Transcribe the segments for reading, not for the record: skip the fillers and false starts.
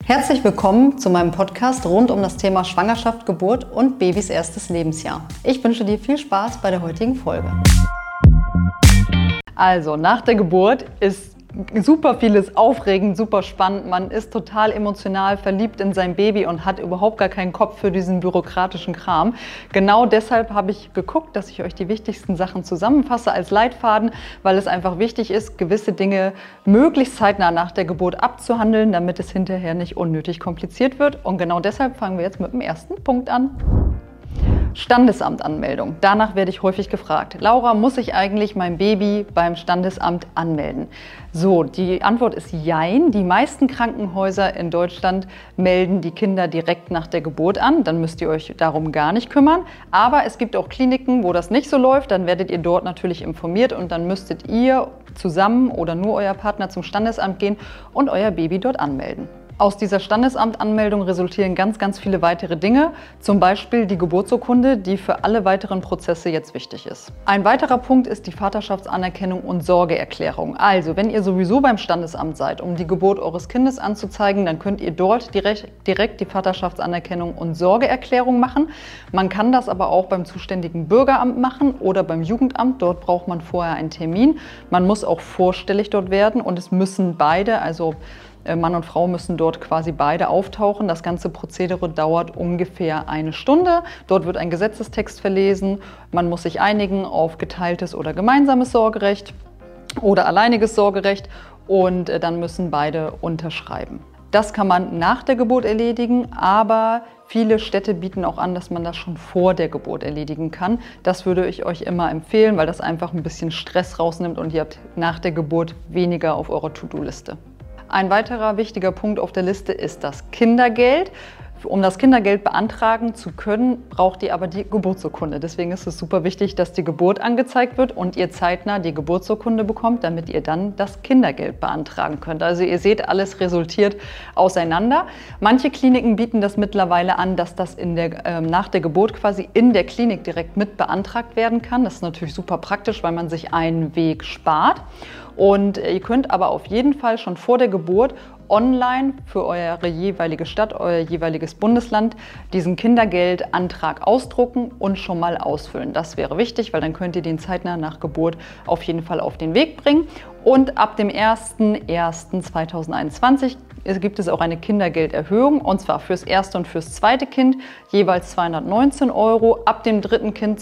Herzlich willkommen zu meinem Podcast rund um das Thema Schwangerschaft, Geburt und Babys erstes Lebensjahr. Ich wünsche dir viel Spaß bei der heutigen Folge. Also, nach der Geburt ist super vieles aufregend, super spannend. Man ist total emotional verliebt in sein Baby und hat überhaupt gar keinen Kopf für diesen bürokratischen Kram. Genau deshalb habe ich geguckt, dass ich euch die wichtigsten Sachen zusammenfasse als Leitfaden, weil es einfach wichtig ist, gewisse Dinge möglichst zeitnah nach der Geburt abzuhandeln, damit es hinterher nicht unnötig kompliziert wird. Und genau deshalb fangen wir jetzt mit dem ersten Punkt an. Standesamtanmeldung. Danach werde ich häufig gefragt. Laura, muss ich eigentlich mein Baby beim Standesamt anmelden? So, die Antwort ist Jein. Die meisten Krankenhäuser in Deutschland melden die Kinder direkt nach der Geburt an. Dann müsst ihr euch darum gar nicht kümmern. Aber es gibt auch Kliniken, wo das nicht so läuft. Dann werdet ihr dort natürlich informiert und dann müsstet ihr zusammen oder nur euer Partner zum Standesamt gehen und euer Baby dort anmelden. Aus dieser Standesamtanmeldung resultieren ganz viele weitere Dinge, zum Beispiel die Geburtsurkunde, die für alle weiteren Prozesse jetzt wichtig ist. Ein weiterer Punkt ist die Vaterschaftsanerkennung und Sorgeerklärung. Also, wenn ihr sowieso beim Standesamt seid, um die Geburt eures Kindes anzuzeigen, dann könnt ihr dort direkt die Vaterschaftsanerkennung und Sorgeerklärung machen. Man kann das aber auch beim zuständigen Bürgeramt machen oder beim Jugendamt. Dort braucht man vorher einen Termin. Man muss auch vorstellig dort werden und es müssen beide, also Mann und Frau müssen dort quasi beide auftauchen. Das ganze Prozedere dauert ungefähr 1 Stunde. Dort wird ein Gesetzestext verlesen. Man muss sich einigen auf geteiltes oder gemeinsames Sorgerecht oder alleiniges Sorgerecht und dann müssen beide unterschreiben. Das kann man nach der Geburt erledigen, aber viele Städte bieten auch an, dass man das schon vor der Geburt erledigen kann. Das würde ich euch immer empfehlen, weil das einfach ein bisschen Stress rausnimmt und ihr habt nach der Geburt weniger auf eurer To-Do-Liste. Ein weiterer wichtiger Punkt auf der Liste ist das Kindergeld. Um das Kindergeld beantragen zu können, braucht ihr aber die Geburtsurkunde. Deswegen ist es super wichtig, dass die Geburt angezeigt wird und ihr zeitnah die Geburtsurkunde bekommt, damit ihr dann das Kindergeld beantragen könnt. Also ihr seht, alles resultiert auseinander. Manche Kliniken bieten das mittlerweile an, dass das nach der Geburt quasi in der Klinik direkt mit beantragt werden kann. Das ist natürlich super praktisch, weil man sich einen Weg spart. Und ihr könnt aber auf jeden Fall schon vor der Geburt online für eure jeweilige Stadt, euer jeweiliges Bundesland diesen Kindergeldantrag ausdrucken und schon mal ausfüllen. Das wäre wichtig, weil dann könnt ihr den zeitnah nach Geburt auf jeden Fall auf den Weg bringen. Und ab dem 01.01.2021 gibt es auch eine Kindergelderhöhung, und zwar fürs erste und fürs zweite Kind jeweils 219 €, ab dem dritten Kind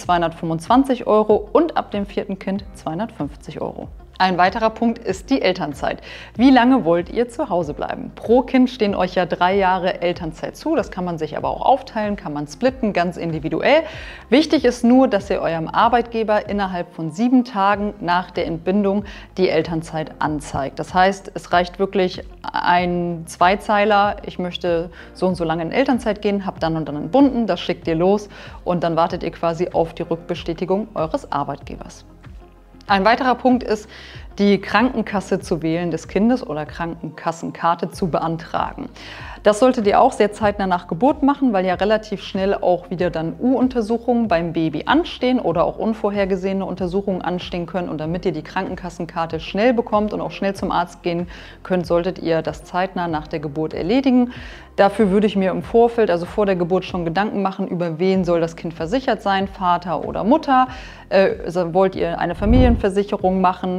225 € und ab dem vierten Kind 250 €. Ein weiterer Punkt ist die Elternzeit. Wie lange wollt ihr zu Hause bleiben? Pro Kind stehen euch ja 3 Jahre Elternzeit zu. Das kann man sich aber auch aufteilen, kann man splitten, ganz individuell. Wichtig ist nur, dass ihr eurem Arbeitgeber innerhalb von 7 Tagen nach der Entbindung die Elternzeit anzeigt. Das heißt, es reicht wirklich ein Zweizeiler, ich möchte so und so lange in Elternzeit gehen, habe dann und dann entbunden, das schickt ihr los und dann wartet ihr quasi auf die Rückbestätigung eures Arbeitgebers. Ein weiterer Punkt ist, die Krankenkasse zu wählen des Kindes oder Krankenkassenkarte zu beantragen. Das solltet ihr auch sehr zeitnah nach Geburt machen, weil ja relativ schnell auch wieder dann U-Untersuchungen beim Baby anstehen oder auch unvorhergesehene Untersuchungen anstehen können. Und damit ihr die Krankenkassenkarte schnell bekommt und auch schnell zum Arzt gehen könnt, solltet ihr das zeitnah nach der Geburt erledigen. Dafür würde ich mir im Vorfeld, also vor der Geburt, schon Gedanken machen, über wen soll das Kind versichert sein, Vater oder Mutter. Wollt ihr eine Familienversicherung machen?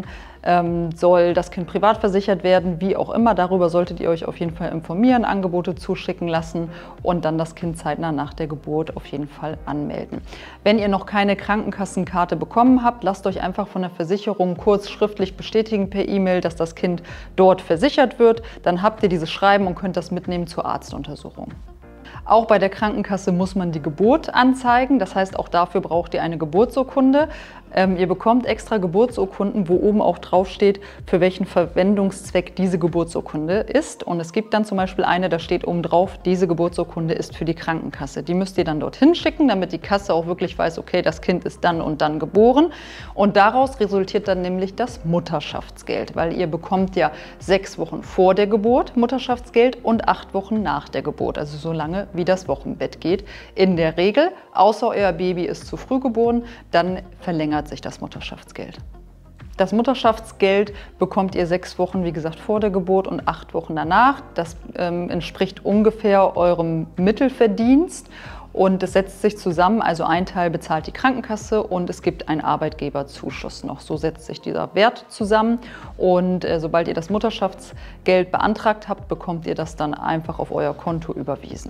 Soll das Kind privat versichert werden, wie auch immer. Darüber solltet ihr euch auf jeden Fall informieren, Angebote zuschicken lassen und dann das Kind zeitnah nach der Geburt auf jeden Fall anmelden. Wenn ihr noch keine Krankenkassenkarte bekommen habt, lasst euch einfach von der Versicherung kurz schriftlich bestätigen per E-Mail, dass das Kind dort versichert wird. Dann habt ihr dieses Schreiben und könnt das mitnehmen zur Arztuntersuchung. Auch bei der Krankenkasse muss man die Geburt anzeigen. Das heißt, auch dafür braucht ihr eine Geburtsurkunde. Ihr bekommt extra Geburtsurkunden, wo oben auch drauf steht, für welchen Verwendungszweck diese Geburtsurkunde ist. Und es gibt dann zum Beispiel eine, da steht oben drauf, diese Geburtsurkunde ist für die Krankenkasse. Die müsst ihr dann dorthin schicken, damit die Kasse auch wirklich weiß, okay, das Kind ist dann und dann geboren. Und daraus resultiert dann nämlich das Mutterschaftsgeld, weil ihr bekommt ja 6 Wochen vor der Geburt Mutterschaftsgeld und 8 Wochen nach der Geburt, also so lange wie das Wochenbett geht. In der Regel, außer euer Baby ist zu früh geboren, dann verlängert sich das Mutterschaftsgeld. Das Mutterschaftsgeld bekommt ihr 6 Wochen, wie gesagt, vor der Geburt und 8 Wochen danach. Das entspricht ungefähr eurem Mittelverdienst und es setzt sich zusammen, also ein Teil bezahlt die Krankenkasse und es gibt einen Arbeitgeberzuschuss noch. So setzt sich dieser Wert zusammen und sobald ihr das Mutterschaftsgeld beantragt habt, bekommt ihr das dann einfach auf euer Konto überwiesen.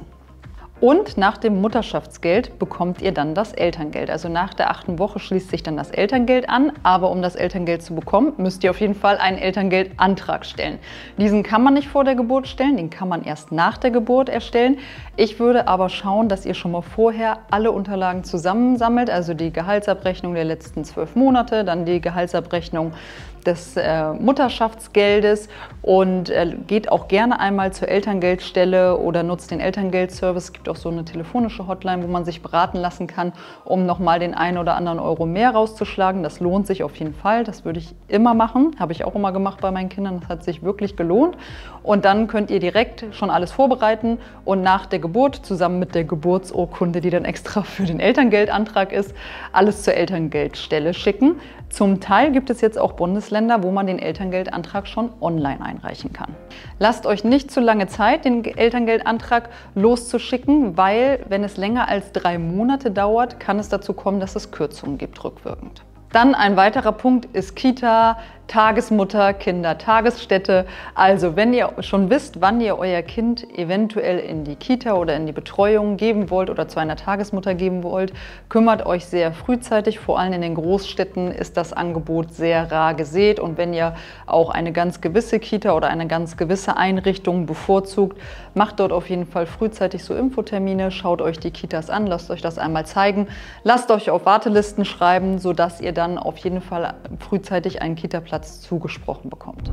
Und nach dem Mutterschaftsgeld bekommt ihr dann das Elterngeld. Also nach der 8. Woche schließt sich dann das Elterngeld an. Aber um das Elterngeld zu bekommen, müsst ihr auf jeden Fall einen Elterngeldantrag stellen. Diesen kann man nicht vor der Geburt stellen, den kann man erst nach der Geburt erstellen. Ich würde aber schauen, dass ihr schon mal vorher alle Unterlagen zusammensammelt. Also die Gehaltsabrechnung der letzten 12 Monate, dann die Gehaltsabrechnung des Mutterschaftsgeldes und geht auch gerne einmal zur Elterngeldstelle oder nutzt den Elterngeldservice. Es gibt auch so eine telefonische Hotline, wo man sich beraten lassen kann, um nochmal den einen oder anderen Euro mehr rauszuschlagen. Das lohnt sich auf jeden Fall. Das würde ich immer machen. Habe ich auch immer gemacht bei meinen Kindern. Das hat sich wirklich gelohnt. Und dann könnt ihr direkt schon alles vorbereiten und nach der Geburt zusammen mit der Geburtsurkunde, die dann extra für den Elterngeldantrag ist, alles zur Elterngeldstelle schicken. Zum Teil gibt es jetzt auch Bundesländer, wo man den Elterngeldantrag schon online einreichen kann. Lasst euch nicht zu lange Zeit, den Elterngeldantrag loszuschicken, weil wenn es länger als 3 Monate dauert, kann es dazu kommen, dass es Kürzungen gibt rückwirkend. Dann ein weiterer Punkt ist Kita, Tagesmutter, Kindertagesstätte. Also wenn ihr schon wisst, wann ihr euer Kind eventuell in die Kita oder in die Betreuung geben wollt oder zu einer Tagesmutter geben wollt, kümmert euch sehr frühzeitig. Vor allem in den Großstädten ist das Angebot sehr rar gesät. Und wenn ihr auch eine ganz gewisse Kita oder eine ganz gewisse Einrichtung bevorzugt, macht dort auf jeden Fall frühzeitig so Infotermine, schaut euch die Kitas an, lasst euch das einmal zeigen, lasst euch auf Wartelisten schreiben, sodass ihr dann auf jeden Fall frühzeitig einen Kita-Platz zugesprochen bekommt.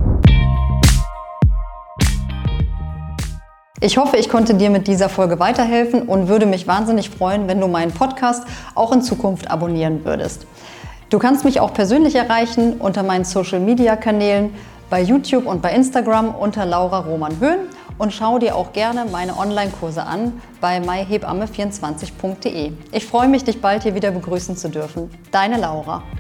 Ich hoffe, ich konnte dir mit dieser Folge weiterhelfen und würde mich wahnsinnig freuen, wenn du meinen Podcast auch in Zukunft abonnieren würdest. Du kannst mich auch persönlich erreichen unter meinen Social-Media-Kanälen bei YouTube und bei Instagram unter Laura Roman Höhn und schau dir auch gerne meine Online-Kurse an bei myhebamme24.de. Ich freue mich, dich bald hier wieder begrüßen zu dürfen. Deine Laura.